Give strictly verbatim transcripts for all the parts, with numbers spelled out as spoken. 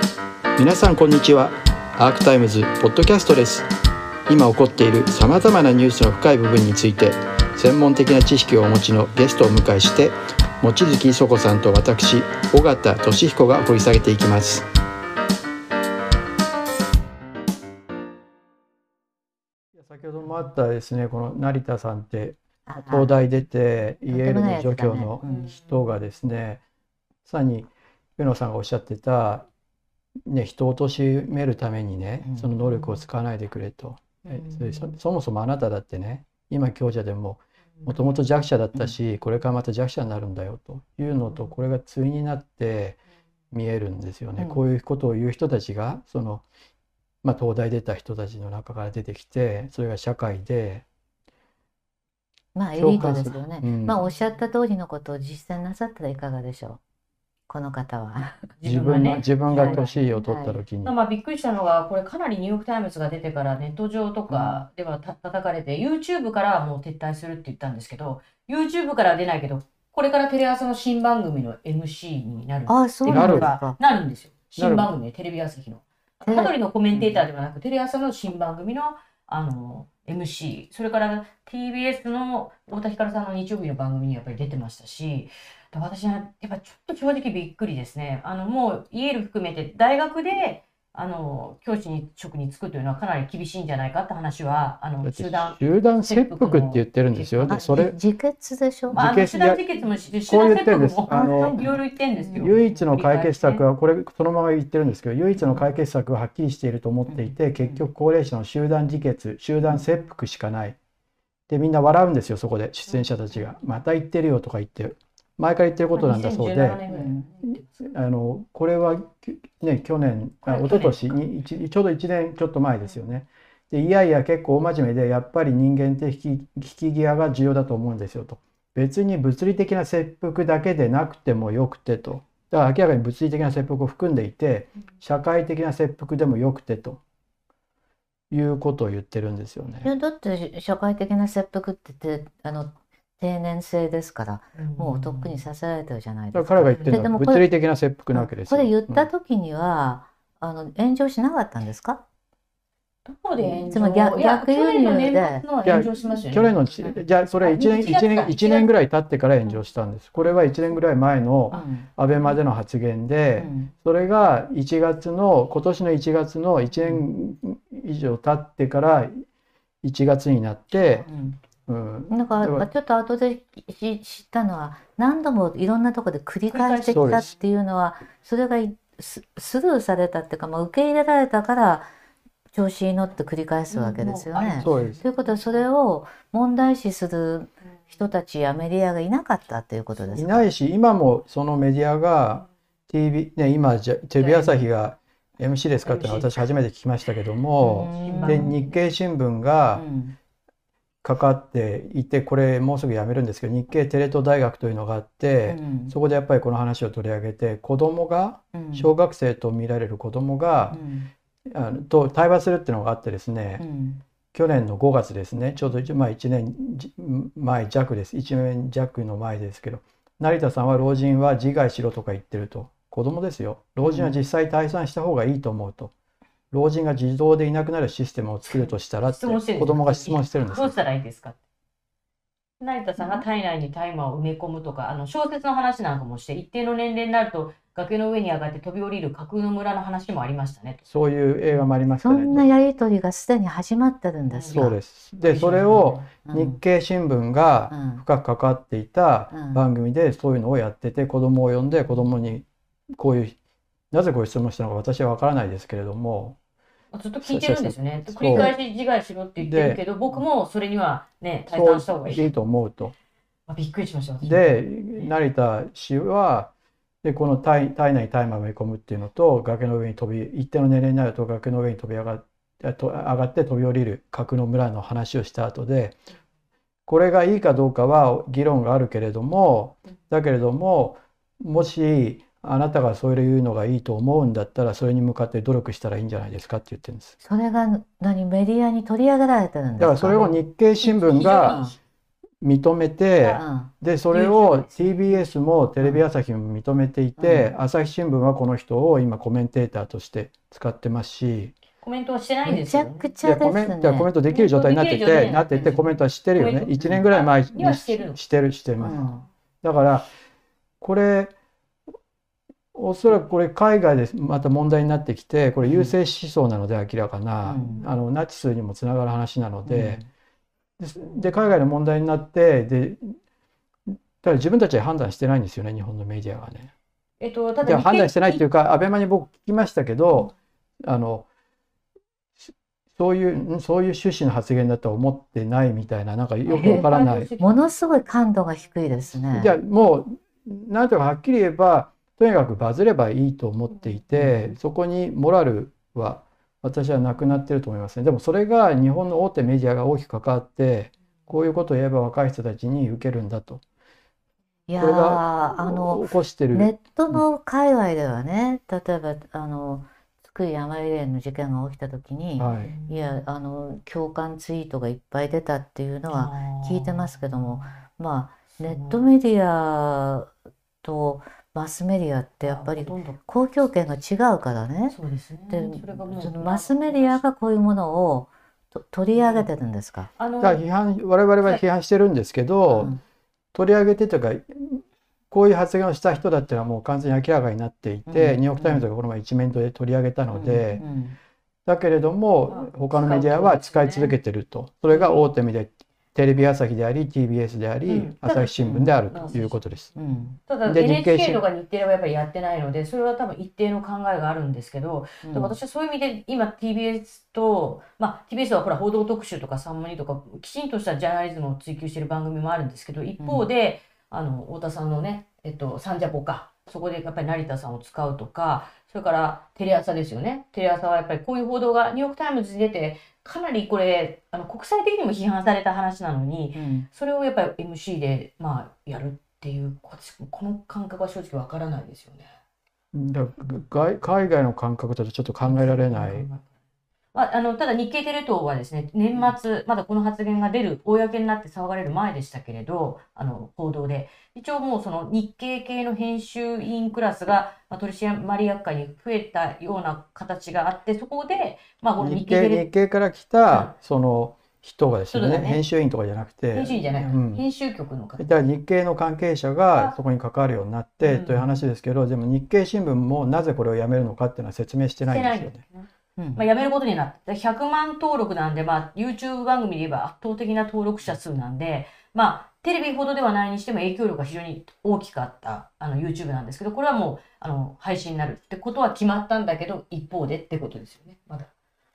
皆さんこんにちは。アークタイムズポッドキャストです。今起こっているさまざまなニュースの深い部分について専門的な知識をお持ちのゲストをお迎えして望月磯子さんと私尾形俊彦が掘り下げていきます。先ほどもあったですね、この成田さんって東大出てイェールの助教の人がですね、さらに上野さんがおっしゃってたね、人を貶めるためにね、その能力を使わないでくれと、うん、そ, そもそもあなただってね、今強者でももともと弱者だったし、これからまた弱者になるんだよというのと、これが対になって見えるんですよね、うん、こういうことを言う人たちがその、まあ、東大出た人たちの中から出てきて、それが社会でまあエリートですよね、うん、まあおっしゃった通りのことを実践なさったらいかがでしょう、この方は。 自分が自分が年を取った時に、 はいはい、まあびっくりしたのが、これかなりニューヨークタイムズが出てからネット上とかではた叩かれて、うん、YouTube からはもう撤退するって言ったんですけど、 YouTube からは出ないけど、これからテレ朝の新番組の エムシー になるあ、そうなんですか。 なるんですよ、新番組でテレビ朝日の羽鳥のコメンテーターではなく、テレ朝の新番組のあの エムシー、それから ティービーエス の太田光さんの日曜日の番組にやっぱり出てましたし、私はやっぱちょっと正直びっくりですね。あのもうイェール含めて大学であの教師に職に就くというのはかなり厳しいんじゃないかって話は、あの集団集団切腹って言ってるんですよ。 それ自決でしょ。 まあ、あの集団自決も集団切腹もあのいろいろ言ってるんですよ。 唯一の解決策はこれそのまま言ってるんですけど、唯一の解決策ははっきりしていると思っていて、結局高齢者の集団自決、集団切腹しかない。でみんな笑うんですよ、そこで出演者たちがまた言ってるよとか言ってる。前から言ってることなんだそうで、あのこれは、ね、去年あ一昨年にちょうどいちねんちょっと前ですよね。でいやいや結構大真面目で、やっぱり人間的引き際が重要だと思うんですよと。別に物理的な切腹だけでなくてもよくてと。だから明らかに物理的な切腹を含んでいて、社会的な切腹でもよくてということを言ってるんですよね。 いやだって社会的な切腹っててあの定年制ですから、もうとっくにさせられてるじゃないですか。 彼が言ってるのは物理的な切腹なわけですよ。 これ言った時には、うん、あの炎上しなかったんですか？ どこで炎上？ つまり逆逆輸入で。 去年のじゃあそれいちねんいちねんいちねんぐらい経ってから炎上したんです。これはいちねんぐらい前のアベマでの発言で、うん、それがいちがつの今年のいちがつのいちねん以上経ってからいちがつになって。うんうん、だからちょっと後で知ったのは、何度もいろんなところで繰り返してきたっていうのは、それがスルーされたっていうか、まあ、受け入れられたから調子に乗って繰り返すわけですよね。ということはそれを問題視する人たちやメディアがいなかったっていうことですか？ いないし、今もそのメディアが ティービー、ね、今テレビ朝日が エムシー ですかってのは私初めて聞きましたけども、で日経新聞が、うんかかっていて、これもうすぐ辞めるんですけど、日系テレ東大学というのがあって、うん、そこでやっぱりこの話を取り上げて、子供が、うん、小学生と見られる子供が、うん、あのと対話するっていうのがあってですね、うん、去年のごがつですね、ちょうど、まあ、いちねんまえ弱です、いちねん弱の前ですけど、成田さんは老人は自害しろとか言ってると。子供ですよ。老人は実際退散した方がいいと思うと。老人が自動でいなくなるシステムを作るとしたらって子供が質問してるんです。 どうしたらいいですか？成田さんが体内に大麻を埋め込むとか、あの小説の話なんかもして、一定の年齢になると崖の上に上がって飛び降りる架空の村の話もありましたね。 そういう映画もありましたね。 そんなやり取りがすでに始まってるんですか？ そうです。でそれを日経新聞が深く関わっていた番組でそういうのをやってて、子供を呼んで子供にこういう、なぜこういう質問したのか私は分からないですけれども、 ずっと聞いてるんですよね。繰り返し自害しろって言ってるけど、僕もそれにはね、退散した方がいい。 いいと思うと。 びっくりしました。 で、成田氏は、でこの 体, 体内に大麻を埋め込むっていうのと、崖の上に飛び、一定の年齢になると崖の上に飛び上がって、上がって飛び降りる架空の村の話をした後で、これがいいかどうかは議論があるけれども、だけれども、もし、あなたがそういうのがいいと思うんだったらそれに向かって努力したらいいんじゃないですかって言ってるんです。 それが何メディアに取り上げられてるんですか？ だからそれを日経新聞が認めて、 うん、 でそれを ティービーエス もテレビ朝日も認めていて、うん、朝日新聞はこの人を今コメンテーターとして使ってますし、 コメントはしてないんですよ、ね。 めちゃくちゃですね。 コメントコメントできる状態になってて、なっててコメントはしてるよね。いちねんぐらい前にしてるしてるしてます。うん、だからこれおそらくこれ海外でまた問題になってきて、これ優勢思想なので明らかな、うん、あのナチスにもつながる話なので、うん、で海外の問題になってでだから自分たちは判断してないんですよね、日本のメディアがね。 えっと、ただ判断してないっていうか、アベマに僕聞きましたけど、うん、あのそういうそういう趣旨の発言だとは思ってないみたいな、なんかよくわからない。 ものすごい感度が低いですね。 じゃあもうなんとかはっきり言えば、とにかくバズればいいと思っていて、うん、そこにモラルは私はなくなってると思いますね。でもそれが日本の大手メディアが大きく関わって、こういうことを言えば若い人たちに受けるんだと。 いやー、あの起こしてるネットの界隈ではね、例えばあの津久井やまゆり園の事件が起きた時に、はい、いやあの共感ツイートがいっぱい出たっていうのは聞いてますけども、まあネットメディアとマスメディアってやっぱり公共権が違うからね。 そうですね。 で、そのマスメディアがこういうものをと取り上げてるんですか。 あの批判我々は批判してるんですけど、うん、取り上げてというかこういう発言をした人だっていうのはもう完全に明らかになっていて、うん、ニューヨーク・タイムズがこの前一面で取り上げたので、うんうん、だけれども他のメディアは使い続けてると、それが大手メディア、テレビ朝日であり ティービーエス であり、うん、朝日新聞であるということです。 うん、ただ エヌエイチケー とか日テレはやっぱりやってないので、それは多分一定の考えがあるんですけど、うん、私はそういう意味で今 ティービーエス と、まあ、ティービーエス はほら報道特集とかサンモニとかきちんとしたジャーナリズムを追求している番組もあるんですけど、一方で、うん、あの太田さんのね、えっと、サンジャポか、そこでやっぱり成田さんを使うとか、それからテレ朝ですよね。テレ朝はやっぱりこういう報道がニューヨーク・タイムズに出て、かなりこれあの国際的にも批判された話なのに、うん、それをやっぱり エムシー で、まあ、やるっていうこの感覚は正直わからないですよね。 だ外海外の感覚だとちょっと考えられない。 まあ、あのただ日経テレ東はですね、年末まだこの発言が出る公になって騒がれる前でしたけれど、あの報道で一応もうその日経系の編集員クラスが、まあ、取締役会に増えたような形があって、そこで、まあ、この日経日経から来た、うん、その人がですよね、ね編集員とかじゃなくて編集員じゃない、うん、編集局の方、 だから日経の関係者がそこに関わるようになってという話ですけど、うん、でも日経新聞もなぜこれをやめるのかっていうのは説明してないんですよね。 うん、まあやめることになって、ひゃくまん登録なんで、まあ、YouTube 番組で言えば圧倒的な登録者数なんで、まあ、テレビほどではないにしても影響力が非常に大きかったあの YouTube なんですけど、これはもうあの配信になるってことは決まったんだけど、一方でってことですよね、まだ。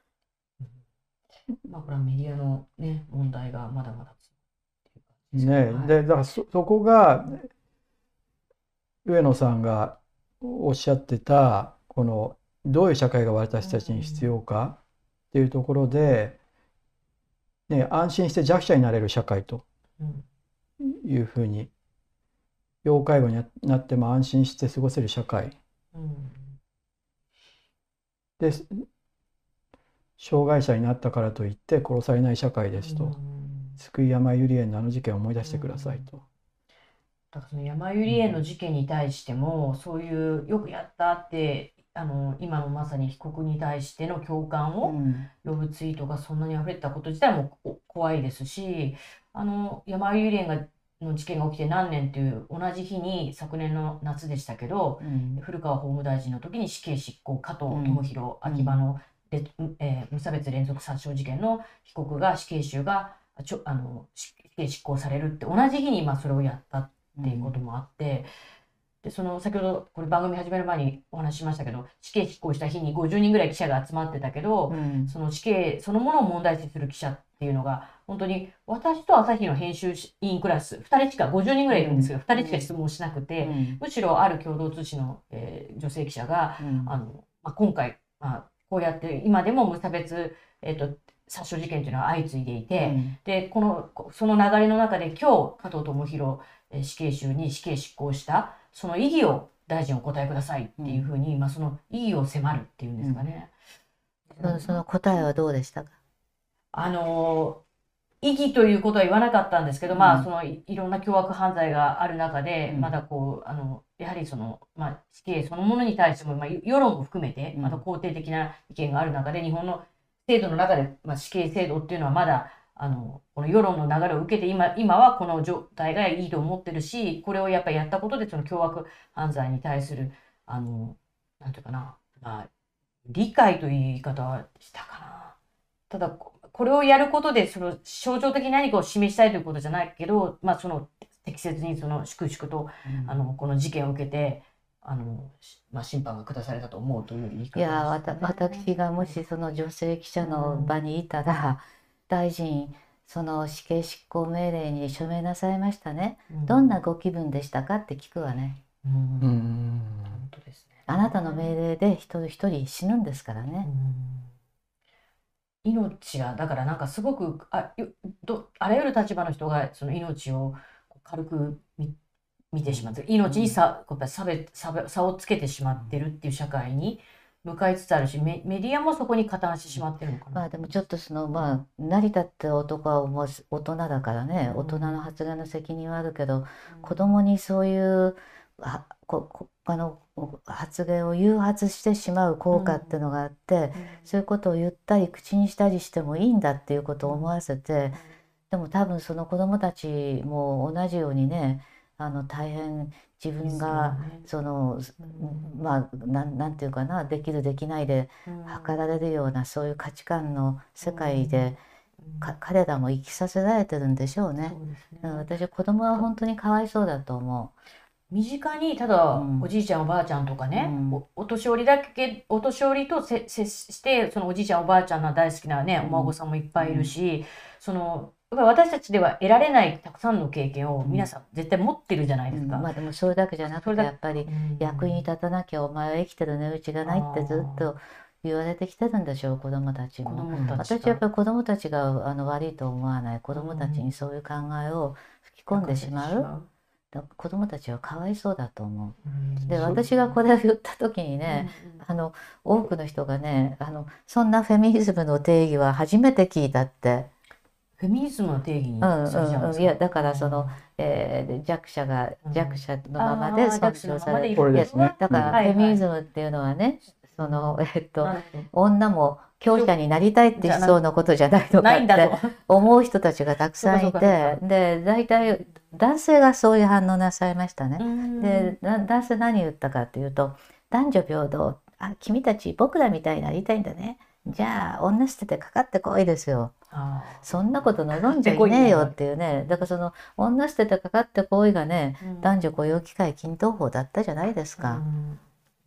まあ、これはメディアの、ね、問題がまだまだ。 ね、はい、でだからそ、そこが上野さんがおっしゃってたこのどういう社会が私たちに必要かっていうところで、ね、安心して弱者になれる社会というふうに、要介護になっても安心して過ごせる社会、うん、で障害者になったからといって殺されない社会ですと、津久井やまゆり園のあの事件を思い出してくださいと。 だからそのやまゆり園の事件に対しても、そういうよくやったってあの今のまさに被告に対しての共感を呼ぶツイートがそんなに溢れてたこと自体も怖いですし、あのやまゆり園がの事件が起きて何年という同じ日に昨年の夏でしたけど、うん、古川法務大臣の時に死刑執行、加藤智弘、秋葉の、えー、無差別連続殺傷事件の被告が死刑囚がちょあの死刑執行されるって同じ日にまあそれをやったっていうこともあって。うんでその先ほどこれ番組始める前にお話ししましたけど、死刑執行した日にごじゅうにんぐらい記者が集まってたけど、うん、その死刑そのものを問題視する記者っていうのが本当に私と朝日の編集委員クラスふたりしかごじゅうにんぐらいいるんですけど、うん、ふたりしか質問しなくて、うん、むしろある共同通信の、えー、女性記者が、うん、あのまあ、今回、まあ、こうやって今でも無差別、えーと殺傷事件というのは相次いでいて、うん、でこのその流れの中で今日加藤智弘死刑囚に死刑執行したその意義を大臣お答えくださいっていうふうに、うんまあ、その意義を迫るっていうんですかね、 うん、その答えはどうでしたか？ あの意意義ということは言わなかったんですけど、うん、まあその い, いろんな凶悪犯罪がある中で、うん、まだこうあのやはりその、まあ、死刑そのものに対しても、まあ、世論も含めてまた肯定的な意見がある中で、日本の制度の中で、まあ、死刑制度っていうのはまだあのこの世論の流れを受けて 今, 今はこの状態がいいと思ってるし、これをやっぱりやったことでその凶悪犯罪に対するあのなんていうかな、まあ、理解という言い方はしたかな。ただこれをやることでその象徴的に何かを示したいということじゃないけど、まあ、その適切にその粛々と、うん、あのこの事件を受けてあの、まあ、審判が下されたと思うという言い方ですね。 いやわた私がもしその女性記者の場にいたら、うん、大臣その死刑執行命令に署名なさいましたね、うん、どんなご気分でしたかって聞くわね。うん、うん、本当ですね。あなたの命令で一人一人死ぬんですからね。 うん、命がだからなんかすごく あ, どあらゆる立場の人がその命を軽く 見, 見てしまって、命に差、うん、差, 差, 差をつけてしまってるっていう社会に向かいつつあるし、メ, メディアもそこに加担してしまってるのかな。 まあでもちょっとそのまあ成り立って男はもう大人だからね、うん、大人の発言の責任はあるけど、うん、子供にそういうあここあの発言を誘発してしまう効果っていうのがあって、うん、そういうことを言ったり口にしたりしてもいいんだっていうことを思わせて、うん、でも多分その子どもたちも同じようにね、あの大変自分がその、うん、まあな ん, なんていうかな、できるできないで測られるようなそういう価値観の世界で、うん、か彼らも生きさせられてるんでしょうね。そうですね。私は子供は本当にかわいそうだと思う。 身近にただ、うん、おじいちゃんおばあちゃんとかね、うん、お, お年寄りだけお年寄りと接してそのおじいちゃんおばあちゃんの大好きなね、うん、お孫さんもいっぱいいるし、うん、その私たちでは得られないたくさんの経験を皆さん絶対持ってるじゃないですか。 うん、まあでもそれだけじゃなくてやっぱり役に立たなきゃお前は生きてる値打ちがないってずっと言われてきてるんでしょう、子どもたちも。子供たち私はやっぱり子どもたちがあの悪いと思わない。子どもたちにそういう考えを吹き込んでしまう。子どもたちはかわいそうだと思う。で私がこれを言った時にね、あの多くの人がね、あのそんなフェミニズムの定義は初めて聞いたって。 フェミニズムの定義に、 うんうんうん、いやだからその、えー、弱者が弱者のままで尊重される、うん、だからフェミニズムっていうのはね、そのえっと女も強者になりたいって思想のことじゃないのかって思う人たちがたくさんいて、で大体男性がそういう反応なさいましたね。で男性何言ったかっていうと、男女平等、あ君たち僕らみたいになりたいんだね、じゃあ女捨ててかかってこいですよ。あそんなこと望んじゃいねえよっていうね。だからその女捨ててかかってこいがね、うん、男女雇用機会均等法だったじゃないですか。うん、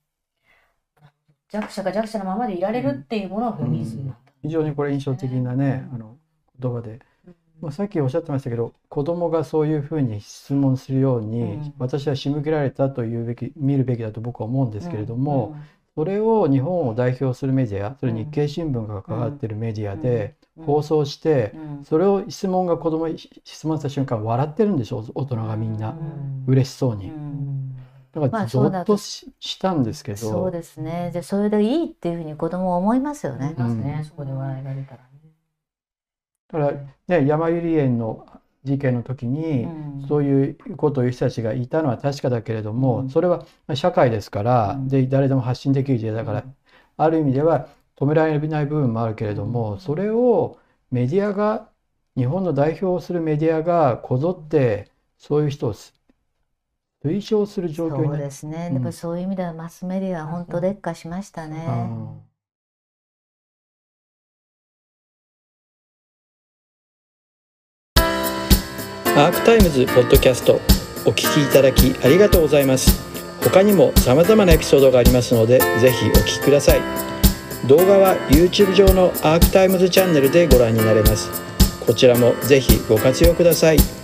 弱者が弱者のままでいられるっていうものはフェミニズムなんだ、うん、 非常にこれ印象的なね、うん、あの言葉で、うん、さっきおっしゃってましたけど、子供がそういうふうに質問するように、うん、私は仕向けられたというべき見るべきだと僕は思うんですけれども、うんうん、それを日本を代表するメディア、それ日経新聞が関わっているメディアで放送して、それを質問が子供に質問した瞬間笑ってるんでしょう、大人がみんな嬉しそうに。だからゾッと し,、まあ、したんですけど。 そうですね。でそれでいいっていうふうに子供は思いますよね。 思いますね、そこで笑えられたらね。だからね、山百合園の事件の時に、うん、そういうことを言う人たちがいたのは確かだけれども、うん、それは社会ですから、うん、で誰でも発信できる時代だから、うん、ある意味では止められない部分もあるけれども、うん、それをメディアが、日本の代表をするメディアがこぞってそういう人を推奨する状況になる。 そうですね。でもそういう意味ではマスメディアは本当劣化しましたね。 アークタイムズポッドキャストお聞きいただきありがとうございます。他にも様々なエピソードがありますので、ぜひお聞きください。動画は YouTube 上のアークタイムズチャンネルでご覧になれます。こちらもぜひご活用ください。